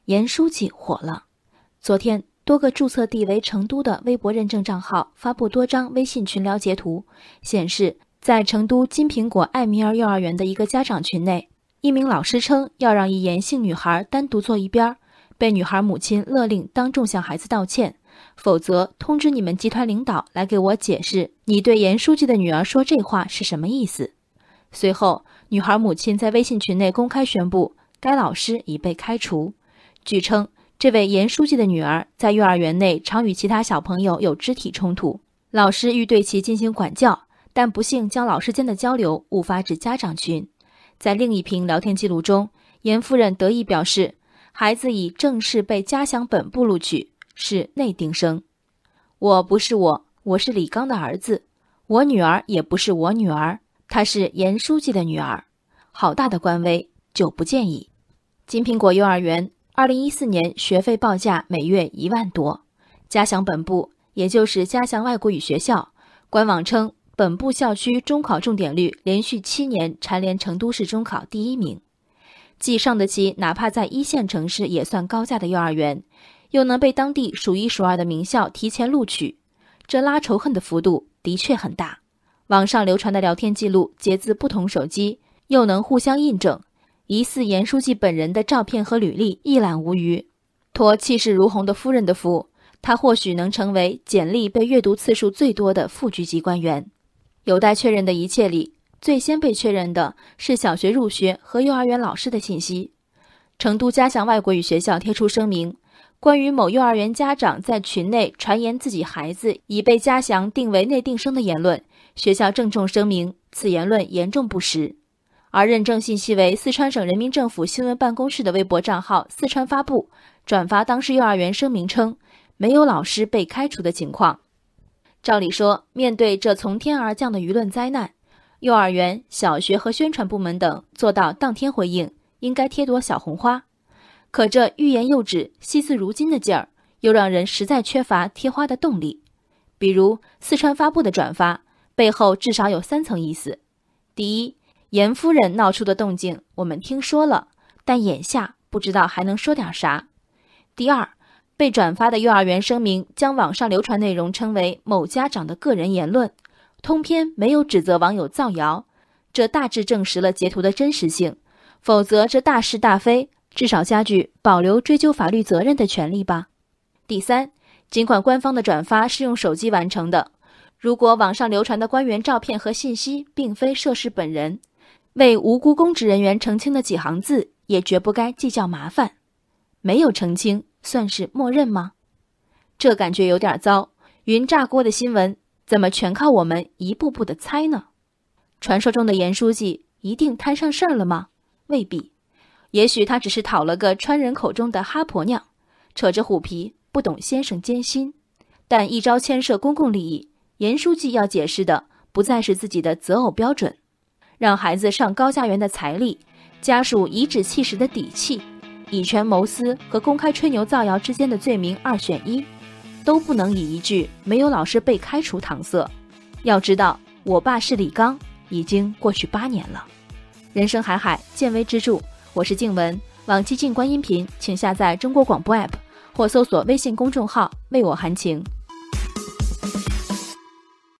严书记火了。昨天，多个注册地为成都的微博认证账号发布多张微信群聊截图，显示在成都金苹果艾米尔幼儿园的一个家长群内，一名老师称要让一严姓女孩单独坐一边，被女孩母亲勒令当众向孩子道歉，否则通知你们集团领导来给我解释，你对严书记的女儿说这话是什么意思。随后，女孩母亲在微信群内公开宣布，该老师已被开除。据称，这位严书记的女儿在幼儿园内常与其他小朋友有肢体冲突，老师欲对其进行管教，但不幸将老师间的交流误发至家长群。在另一屏聊天记录中，严夫人得意表示，孩子已正式被家乡本部录取，是内定生。我不是我是李刚的儿子，我女儿也不是我女儿，她是严书记的女儿。好大的官威，久不见矣。金苹果幼儿园2014年学费报价每月1万多，家乡本部，也就是家乡外国语学校，官网称本部校区中考重点率连续7年蝉联成都市中考第1名，既上得起哪怕在1线城市也算高价的幼儿园，又能被当地数1数2的名校提前录取，这拉仇恨的幅度的确很大。网上流传的聊天记录截自不同手机，又能互相印证，疑似严书记本人的照片和履历一览无余。托气势如虹的夫人的福，他或许能成为简历被阅读次数最多的副局级官员。有待确认的一切里，最先被确认的是小学入学和幼儿园老师的信息。成都家乡外国语学校贴出声明，关于某幼儿园家长在群内传言自己孩子已被家乡定为内定生的言论，学校郑重声明，此言论严重不实。而认证信息为四川省人民政府新闻办公室的微博账号四川发布转发当事幼儿园声明称，没有老师被开除的情况。照理说，面对这从天而降的舆论灾难，幼儿园、小学和宣传部门等做到当天回应，应该贴朵小红花。可这欲言又止、惜字如金的劲儿，又让人实在缺乏贴花的动力。比如四川发布的转发，背后至少有3层意思。第一，严夫人闹出的动静我们听说了，但眼下不知道还能说点啥。第二，被转发的幼儿园声明将网上流传内容称为某家长的个人言论，通篇没有指责网友造谣，这大致证实了截图的真实性，否则这大是大非，至少加剧保留追究法律责任的权利吧。第三，尽管官方的转发是用手机完成的，如果网上流传的官员照片和信息并非涉事本人，为无辜公职人员澄清的几行字也绝不该计较麻烦。没有澄清算是默认吗？这感觉有点糟，云炸锅的新闻怎么全靠我们一步步的猜呢？传说中的严书记一定摊上事儿了吗？未必，也许他只是讨了个川人口中的哈婆娘，扯着虎皮不懂先生艰辛。但一朝牵涉公共利益，严书记要解释的不再是自己的择偶标准，让孩子上高家园的财力，家属颐指气使的底气，以权谋私和公开吹牛造谣之间的罪名2选1，都不能以一句没有老师被开除搪塞。要知道，我爸是李刚已经过去8年了。人生海海，见微知著，我是静文。往期静观音频请下载中国广播 app 或搜索微信公众号为我含情。